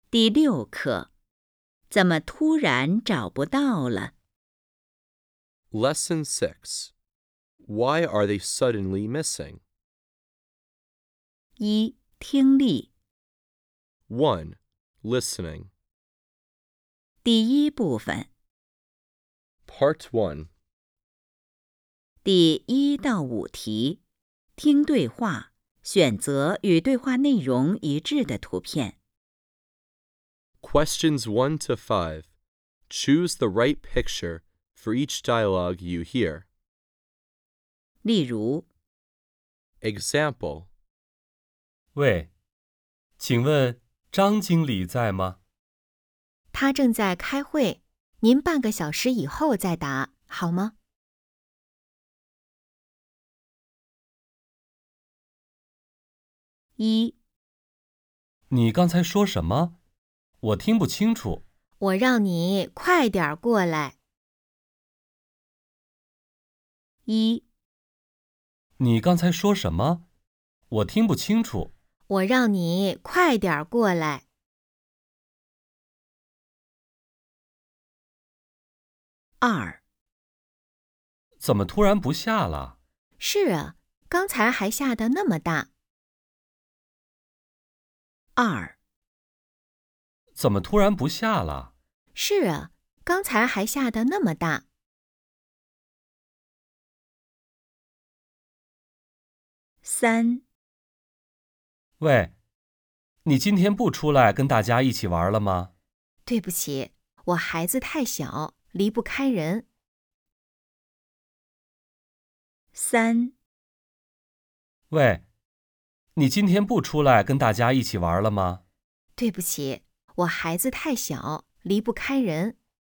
第6课，怎么突然找不到了？ Lesson 6. Why are they suddenly missing? 1. 听力 1. Listening. 第1部分 Part 1. 第1到5题，听对话，选择与对话内容一致的图片。 Questions 1 to 5. Choose the right picture for each dialogue you hear. 例如， Example. 喂，请问张经理在吗？ 他正在开会，您半个小时以后再答，好吗？ 1. 你刚才说什么？我听不清楚。 我让你快点过来。 1. 你刚才说什么？我听不清楚。 我让你快点过来。 2. 怎么突然不下了？ 是啊，刚才还下得那么大。 2. 怎么突然不下了？ 是啊，刚才还下得那么大。 3. 喂，你今天不出来跟大家一起玩了吗？ 对不起，我孩子太小，离不开人。 3. 喂，你今天不出来跟大家一起玩了吗？ 对不起，我孩子太小，离不开人。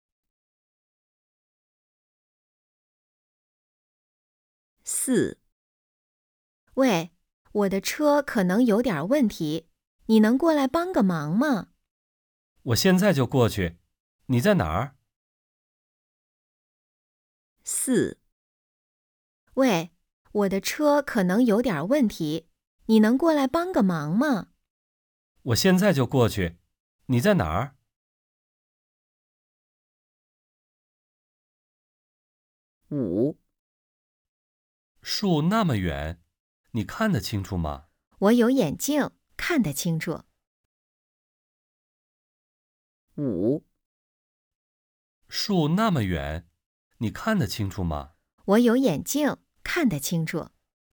4. 喂，我的车可能有点问题，你能过来帮个忙吗？ 我现在就过去。你在哪儿？ 4. 喂，我的车可能有点问题，你能过来帮个忙吗？ 我现在就过去。你在哪儿？ 5. 树那么远，你看得清楚吗？ 我有眼镜，看得清楚。 5. 树那么远，你看得清楚吗？ 我有眼镜，看得清楚。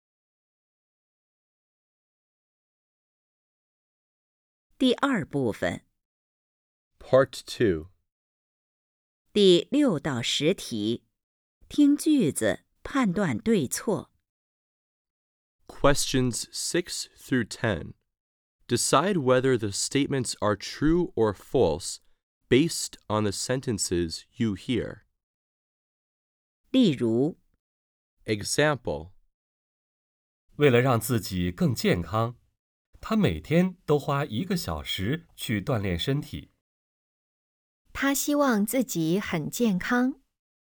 第2部分 Part 2. 第6到10题，听句子，判断对错。 Questions 6 through 10. Decide whether the statements are true or false based on the sentences you hear. 例如， Example. 为了让自己更健康，他每天都花1个小时去锻炼身体。 他希望自己很健康。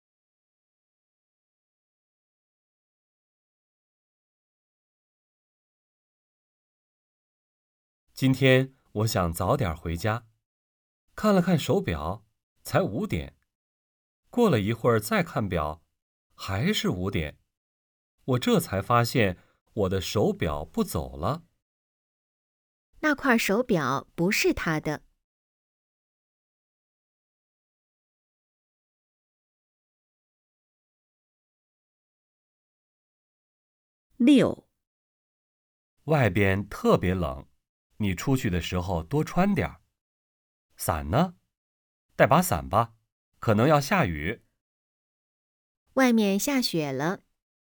今天我想早点回家，看了看手表，才5点。过了一会儿再看表，还是5点。我这才发现我的手表不走了。 那块手表不是他的。 6. 外边特别冷，你出去的时候多穿点儿。伞呢？带把伞吧，可能要下雨。 外面下雪了。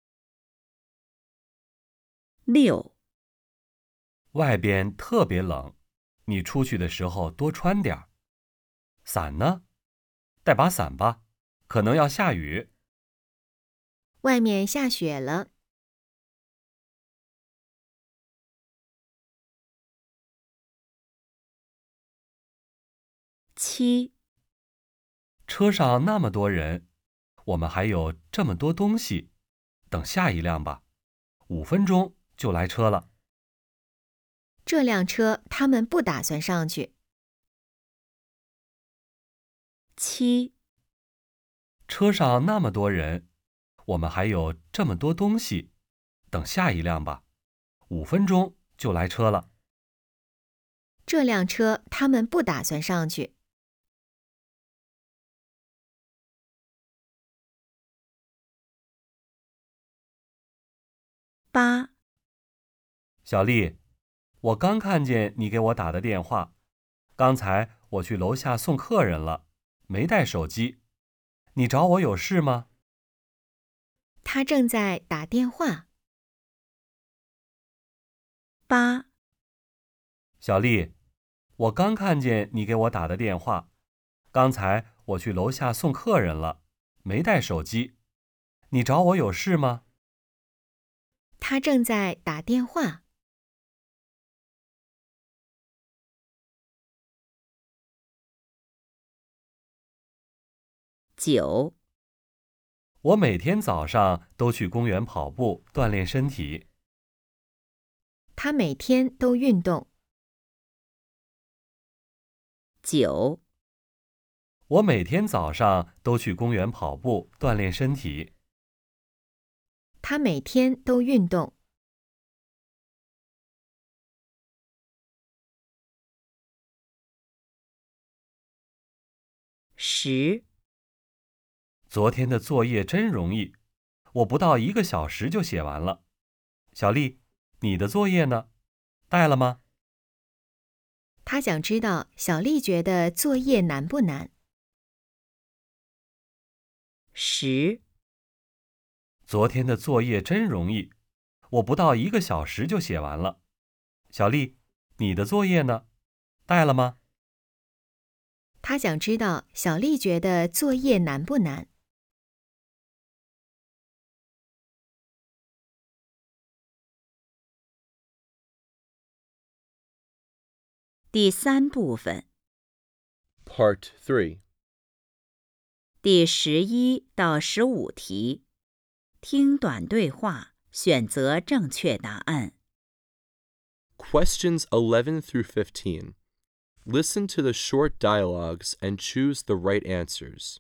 6. 外边特别冷，你出去的时候多穿点儿。伞呢？带把伞吧，可能要下雨。 外面下雪了。 7. 车上那么多人，我们还有这么多东西，等下一辆吧，5分钟就来车了。 这辆车他们不打算上去。 7、 车上那么多人，我们还有这么多东西，等下一辆吧，5分钟就来车了。 这辆车他们不打算上去。 8、 小丽，我刚看见你给我打的电话，刚才我去楼下送客人了，没带手机。你找我有事吗？ 他正在打电话。 8、 小丽，我刚看见你给我打的电话，刚才我去楼下送客人了，没带手机。你找我有事吗？ 他正在打电话。 9、 我每天早上都去公园跑步锻炼身体。 他每天都运动。 9、 我每天早上都去公园跑步锻炼身体。 他每天都运动。 10、 昨天的作业真容易，我不到1个小时就写完了。小丽，你的作业呢？带了吗？ 他想知道小丽觉得作业难不难。 10、 昨天的作业真容易，我不到1个小时就写完了。小丽，你的作业呢？带了吗？ 他想知道小丽觉得作业难不难。 第3部分 Part 3. 第11到15题，听短对话，选择正确答案。 Questions 11 through 15. Listen to the short dialogues and choose the right answers.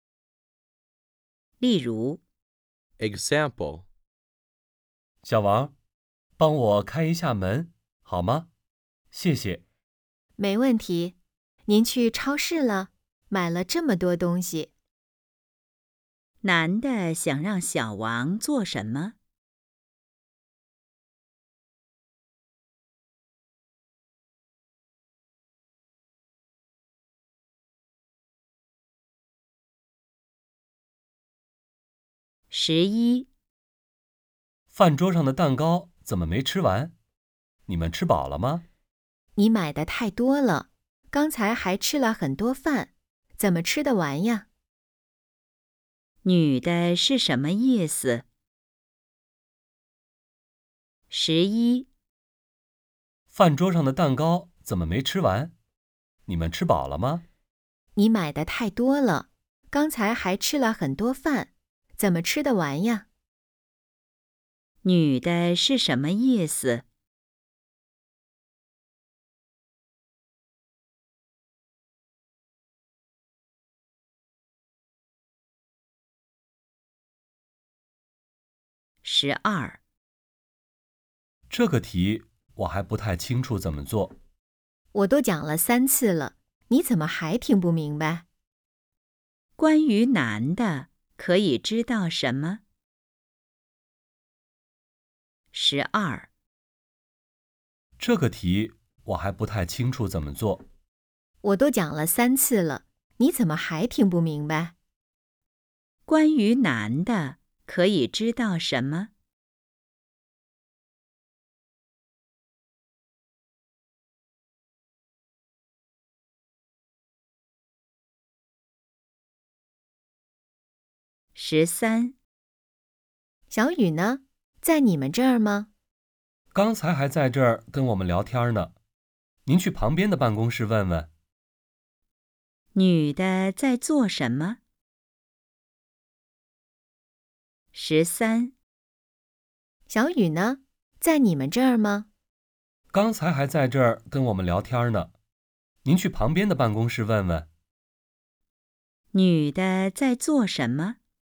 例如， Example: 小王，帮我开一下门，好吗？谢谢。 没问题。您去超市了，买了这么多东西。 男的想让小王做什么？11、 饭桌上的蛋糕怎么没吃完？你们吃饱了吗？ 你买的太多了，刚才还吃了很多饭，怎么吃得完呀？ 女的是什么意思？11、 饭桌上的蛋糕怎么没吃完？你们吃饱了吗？ 你买的太多了，刚才还吃了很多饭，怎么吃得完呀？ 女的是什么意思？12、 这个题我还不太清楚怎么做。 我都讲了3次了，你怎么还听不明白？ 关于男的，可以知道什么？12、 这个题我还不太清楚怎么做。 我都讲了3次了，你怎么还听不明白？ 关于男的，可以知道什么？13、 小雨呢？在你们这儿吗？ 刚才还在这儿跟我们聊天呢。您去旁边的办公室问问。 女的在做什么？13、 小雨呢？在你们这儿吗？ 刚才还在这儿跟我们聊天呢。您去旁边的办公室问问。 女的在做什么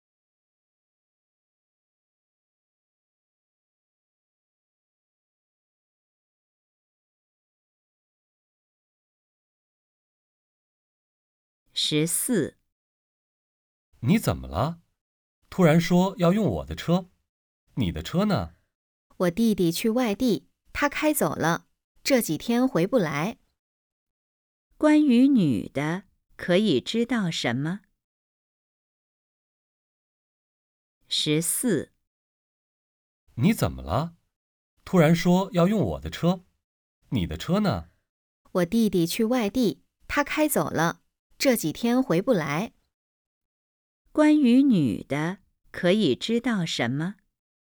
？14. 你怎么了？突然说要用我的车，你的车呢？ 我弟弟去外地，他开走了，这几天回不来。 关于女的，可以知道什么？14. 你怎么了？突然说要用我的车，你的车呢？ 我弟弟去外地，他开走了，这几天回不来。 关于女的，可以知道什么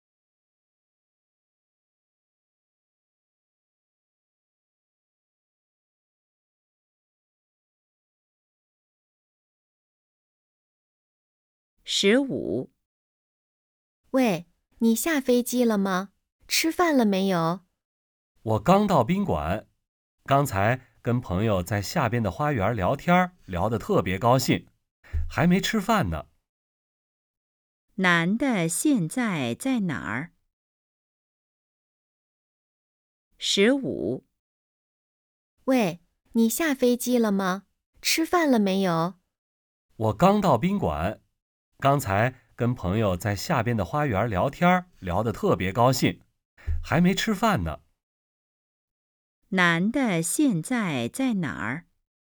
？15. 喂，你下飞机了吗？吃饭了没有？ 我刚到宾馆，刚才跟朋友在下边的花园聊天，聊得特别高兴，还没吃饭呢。 男的现在在哪儿？15. 喂，你下飞机了吗？吃饭了没有？ 我刚到宾馆，刚才跟朋友在下边的花园聊天，聊得特别高兴，还没吃饭呢。 男的现在在哪儿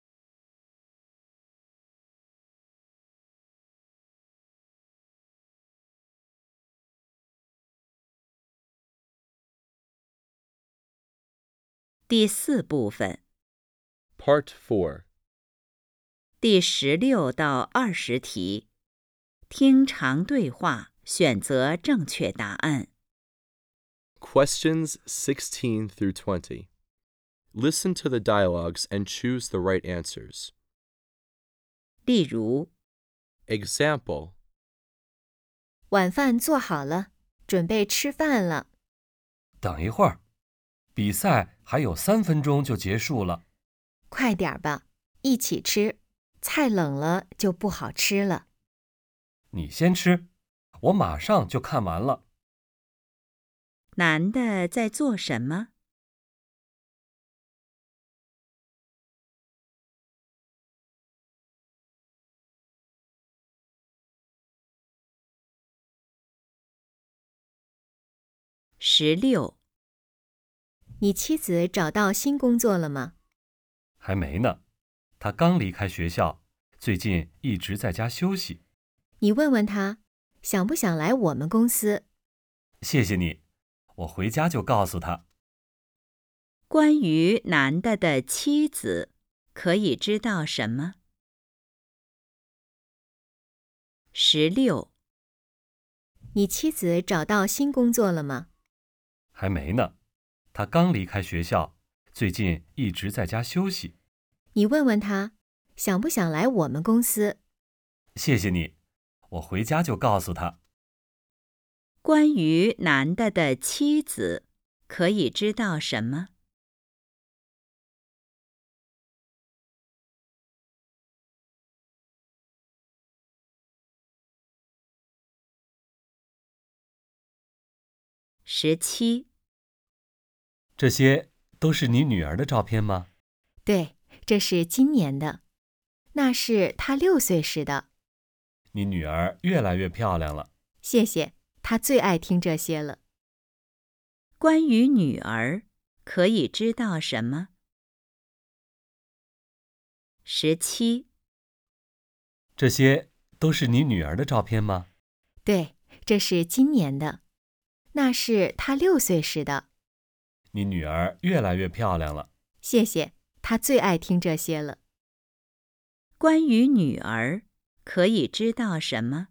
第4部分 Part 4. 第16到20题，听长对话，选择正确答案。 Questions 16 through 20. Listen to the dialogues and choose the right answers. 例如， Example. 晚饭做好了，准备吃饭了。 等一会儿，比赛还有3分钟就结束了。 快点吧，一起吃，菜冷了就不好吃了。 你先吃，我马上就看完了。 男的在做什么？16. 你妻子找到新工作了吗？ 还没呢，他刚离开学校，最近一直在家休息。 你问问他，想不想来我们公司？ 谢谢你，我回家就告诉他。 关于男的的妻子，可以知道什么？16. 你妻子找到新工作了吗？ 还没呢，他刚离开学校，最近一直在家休息。 你问问他，想不想来我们公司？ 谢谢你，我回家就告诉他。 关于男的的妻子，可以知道什么？17. 这些都是你女儿的照片吗？ 对，这是今年的，那是她6岁时的。 你女儿越来越漂亮了。 谢谢，她最爱听这些了。 关于女儿，可以知道什么？17. 这些都是你女儿的照片吗？ 对，这是今年的，那是她6岁时的。 你女儿越来越漂亮了。 谢谢，她最爱听这些了。 关于女儿，可以知道什么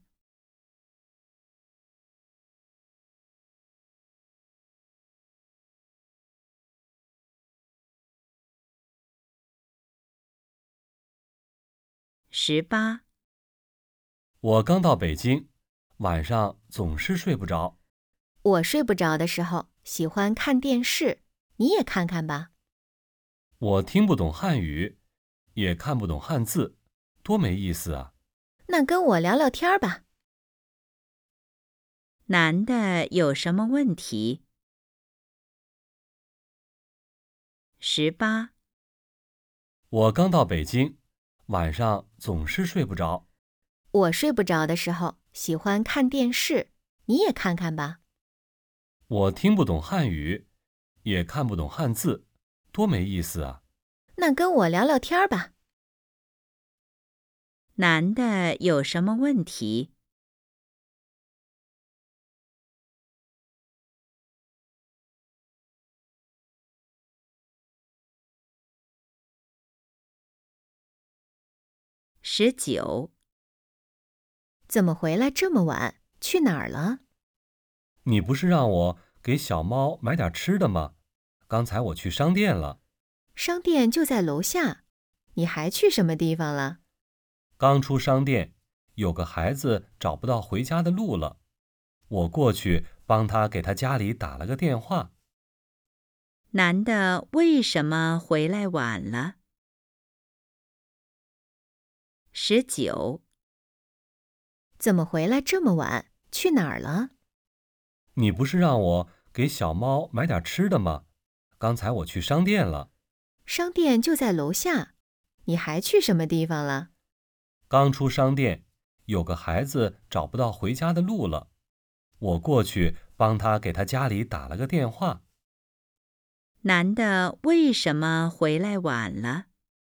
？18. 我刚到北京，晚上总是睡不着。 我睡不着的时候，喜欢看电视，你也看看吧。 我听不懂汉语，也看不懂汉字，多没意思啊！ 那跟我聊聊天吧。 男的有什么问题？18。 我刚到北京，晚上总是睡不着。 我睡不着的时候，喜欢看电视，你也看看吧。 我听不懂汉语，也看不懂汉字，多没意思啊！ 那跟我聊聊天吧。 男的有什么问题？19。 怎么回来这么晚？去哪儿了？ 你不是让我给小猫买点吃的吗？刚才我去商店了。 商店就在楼下，你还去什么地方了？ 刚出商店，有个孩子找不到回家的路了，我过去帮他给他家里打了个电话。 男的为什么回来晚了？19。 怎么回来这么晚？去哪儿了？ 你不是让我给小猫买点吃的吗？刚才我去商店了。 商店就在楼下，你还去什么地方了？ 刚出商店，有个孩子找不到回家的路了，我过去帮他给他家里打了个电话。 男的为什么回来晚了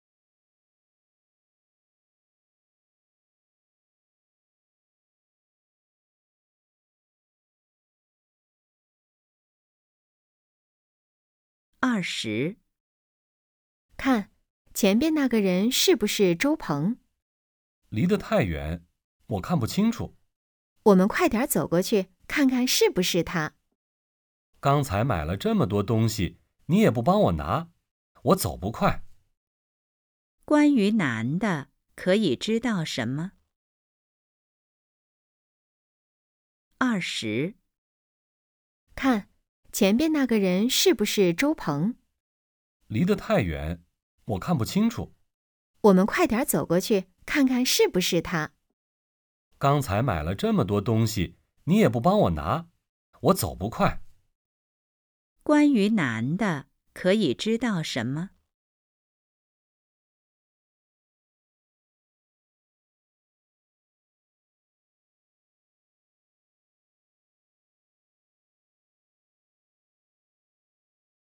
？20。 看，前边那个人是不是周鹏？ 离得太远，我看不清楚。 我们快点走过去，看看是不是他。 刚才买了这么多东西，你也不帮我拿，我走不快。 关于男的，可以知道什么？20。 看，前边那个人是不是周鹏？ 离得太远，我看不清楚。 我们快点走过去，看看是不是他。 刚才买了这么多东西，你也不帮我拿，我走不快。 关于男的，可以知道什么